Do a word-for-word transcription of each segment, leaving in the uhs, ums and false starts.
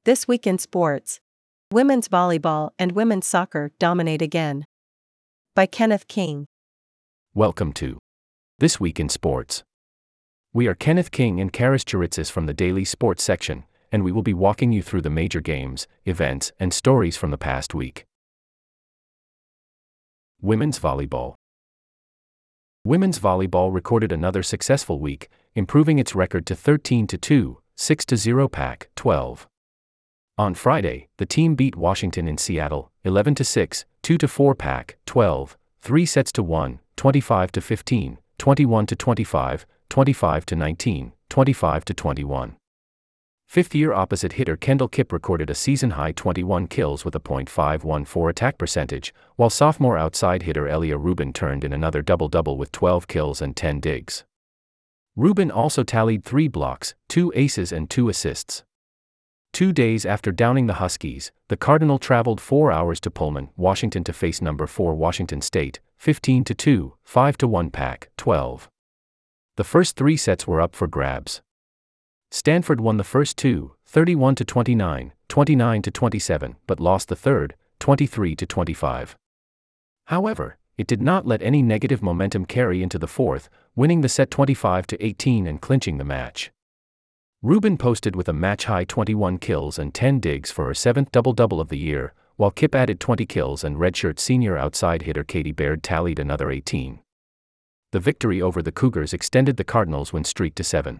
This week in sports. Women's volleyball and women's soccer dominate again. By Kenneth King. Welcome to This Week in Sports. We are Kenneth King and Karis Chiritzis from the Daily Sports section, and we will be walking you through the major games, events, and stories from the past week. Women's volleyball. Women's volleyball recorded another successful week, improving its record to thirteen to two, six to zero Pac twelve. On Friday, the team beat Washington in Seattle, eleven to six, two to four Pac twelve, three sets to one, twenty-five to fifteen, twenty-one to twenty-five, twenty-five to nineteen, twenty-five to twenty-one. Fifth-year opposite hitter Kendall Kipp recorded a season-high twenty-one kills with a point five one four attack percentage, while sophomore outside hitter Elia Rubin turned in another double-double with twelve kills and ten digs. Rubin also tallied three blocks, two aces and two assists. Two days after downing the Huskies, the Cardinal traveled four hours to Pullman, Washington to face number four Washington State, fifteen to two, five to one Pac twelve. The first three sets were up for grabs. Stanford won the first two, thirty-one to twenty-nine, twenty-nine to twenty-seven, but lost the third, twenty-three to twenty-five. However, it did not let any negative momentum carry into the fourth, winning the set twenty-five to eighteen and clinching the match. Rubin posted with a match-high twenty-one kills and ten digs for her seventh double-double of the year, while Kipp added twenty kills and redshirt senior outside hitter Katie Baird tallied another eighteen. The victory over the Cougars extended the Cardinals' win streak to seven.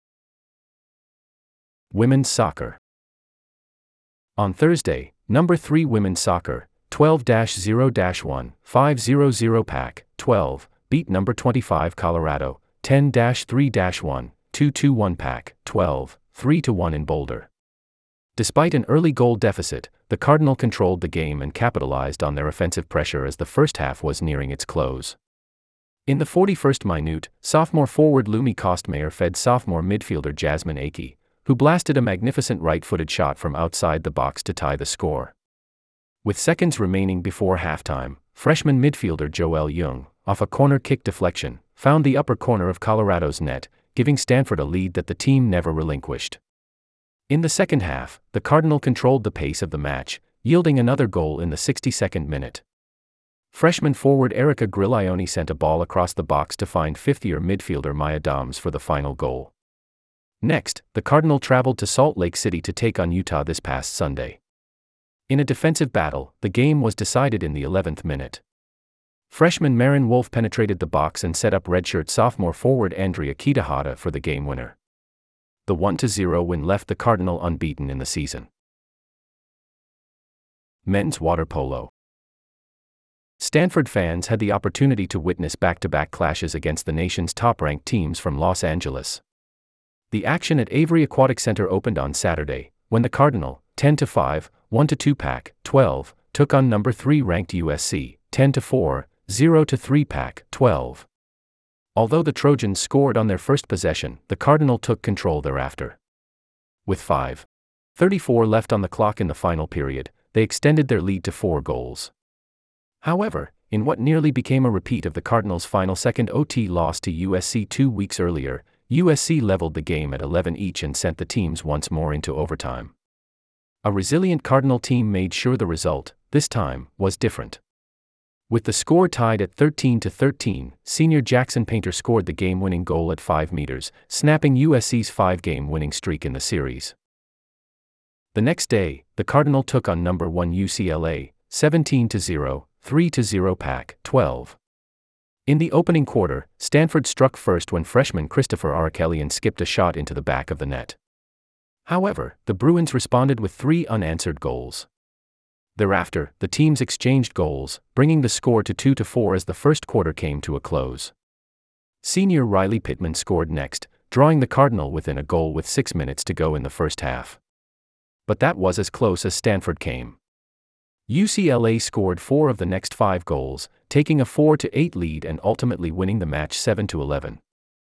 Women's soccer. On Thursday, number three women's soccer, twelve to zero to one, five zero zero Pac twelve, beat number twenty-five Colorado, ten to three to one, two to one Pac twelve, three to one in Boulder. Despite an early goal deficit, the Cardinal controlled the game and capitalized on their offensive pressure as the first half was nearing its close. In the forty-first minute, sophomore forward Lumi Kostmayer fed sophomore midfielder Jasmine Akey, who blasted a magnificent right-footed shot from outside the box to tie the score. With seconds remaining before halftime, freshman midfielder Joelle Young, off a corner kick deflection, found the upper corner of Colorado's net, giving Stanford a lead that the team never relinquished. In the second half, the Cardinal controlled the pace of the match, yielding another goal in the sixty-second minute. Freshman forward Erica Griglione sent a ball across the box to find fifth-year midfielder Maya Doms for the final goal. Next, the Cardinal traveled to Salt Lake City to take on Utah this past Sunday. In a defensive battle, the game was decided in the eleventh minute. Freshman Marin Wolf penetrated the box and set up redshirt sophomore forward Andrea Kitahara for the game winner. The one to zero win left the Cardinal unbeaten in the season. Men's water polo. Stanford fans had the opportunity to witness back-to-back clashes against the nation's top-ranked teams from Los Angeles. The action at Avery Aquatic Center opened on Saturday, when the Cardinal, ten to five, one to two Pac twelve, took on number three ranked U S C, ten to four, zero to three Pac twelve. Although the Trojans scored on their first possession, the Cardinal took control thereafter. With five thirty-four left on the clock in the final period, they extended their lead to four goals. However, in what nearly became a repeat of the Cardinals' final second O T loss to U S C two weeks earlier, U S C leveled the game at eleven each and sent the teams once more into overtime. A resilient Cardinal team made sure the result, this time, was different. With the score tied at thirteen to thirteen, senior Jackson Painter scored the game-winning goal at five meters, snapping U S C's five-game winning streak in the series. The next day, the Cardinal took on number one U C L A, seventeen to zero, three to zero Pac twelve. In the opening quarter, Stanford struck first when freshman Christopher Arakelian skipped a shot into the back of the net. However, the Bruins responded with three unanswered goals. Thereafter, the teams exchanged goals, bringing the score to two to four as the first quarter came to a close. Senior Riley Pittman scored next, drawing the Cardinal within a goal with six minutes to go in the first half. But that was as close as Stanford came. U C L A scored four of the next five goals, taking a four to eight lead and ultimately winning the match seven to eleven.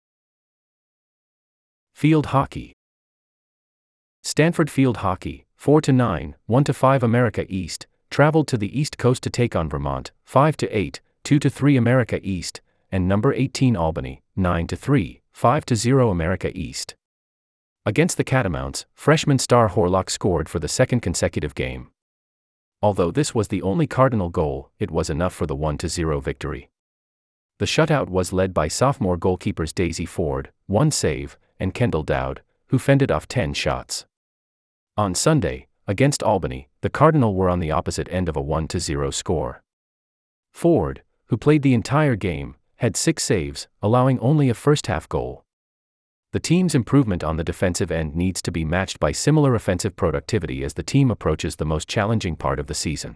Field hockey. Stanford field hockey, four to nine, one to five America East, traveled to the East Coast to take on Vermont, five to eight, two to three America East, and number eighteen Albany, nine to three, five to zero America East. Against the Catamounts, freshman star Horlock scored for the second consecutive game. Although this was the only Cardinal goal, it was enough for the one to zero victory. The shutout was led by sophomore goalkeepers Daisy Ford, one save, and Kendall Dowd, who fended off ten shots. On Sunday, against Albany, the Cardinal were on the opposite end of a one to zero score. Ford, who played the entire game, had six saves, allowing only a first-half goal. The team's improvement on the defensive end needs to be matched by similar offensive productivity as the team approaches the most challenging part of the season.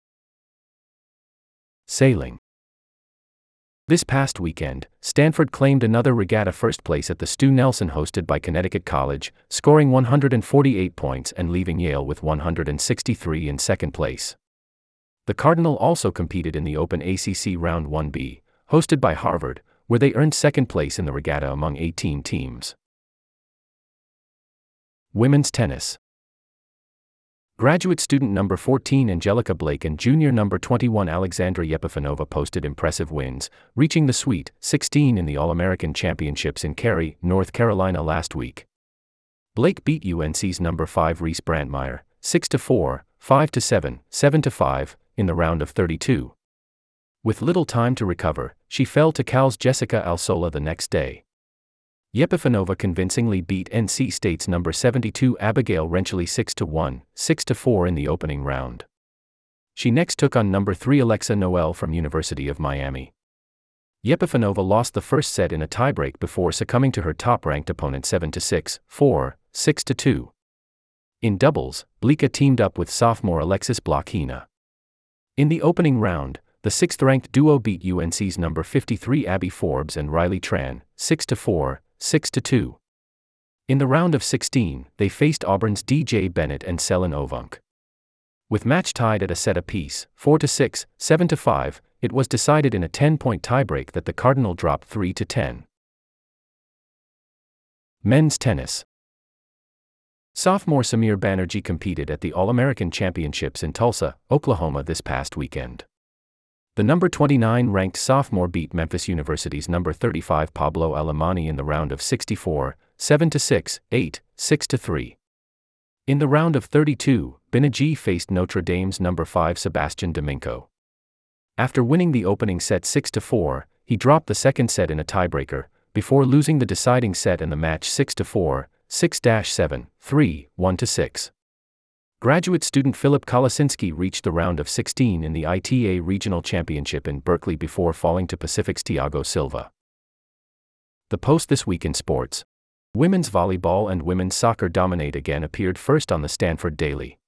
Sailing. This past weekend, Stanford claimed another regatta first place at the Stu Nelson hosted by Connecticut College, scoring one hundred forty-eight points and leaving Yale with one hundred sixty-three in second place. The Cardinal also competed in the Open A C C Round one B, hosted by Harvard, where they earned second place in the regatta among eighteen teams. Women's tennis. Graduate student number fourteen Angelica Blake and junior number twenty-one Alexandra Yepifanova posted impressive wins, reaching the Sweet sixteen in the All-American Championships in Cary, North Carolina last week. Blake beat U N C's number five Reese Brandmeier, six to four, five to seven, seven to five, in the round of thirty-two. With little time to recover, she fell to Cal's Jessica Alsola the next day. Yepifanova convincingly beat N C State's number seventy-two Abigail Renchley six to one, six to four in the opening round. She next took on number three Alexa Noel from University of Miami. Yepifanova lost the first set in a tiebreak before succumbing to her top-ranked opponent seven to six, four, six to two. In doubles, Blika teamed up with sophomore Alexis Blokhina. In the opening round, the sixth-ranked duo beat U N C's number fifty-three Abby Forbes and Riley Tran, six to four, six to two. In the round of sixteen, they faced Auburn's D J Bennett and Selin Ovunk. With match tied at a set apiece, four to six, seven to five, it was decided in a ten-point tiebreak that the Cardinal dropped three to ten. Men's tennis. Sophomore Samir Banerjee competed at the All-American Championships in Tulsa, Oklahoma this past weekend. The number twenty-nine ranked sophomore beat Memphis University's number thirty-five Pablo Alemany in the round of sixty-four, seven to six, eight, six to three. In the round of thirty-two, Banerjee faced Notre Dame's number five Sebastian Domingo. After winning the opening set six to four, he dropped the second set in a tiebreaker, before losing the deciding set and the match six to four, six to seven, three, one to six. Graduate student Philip Kolosinski reached the round of sixteen in the I T A Regional Championship in Berkeley before falling to Pacific's Thiago Silva. The Post this week in sports. Women's volleyball and women's soccer dominate again appeared first on the Stanford Daily.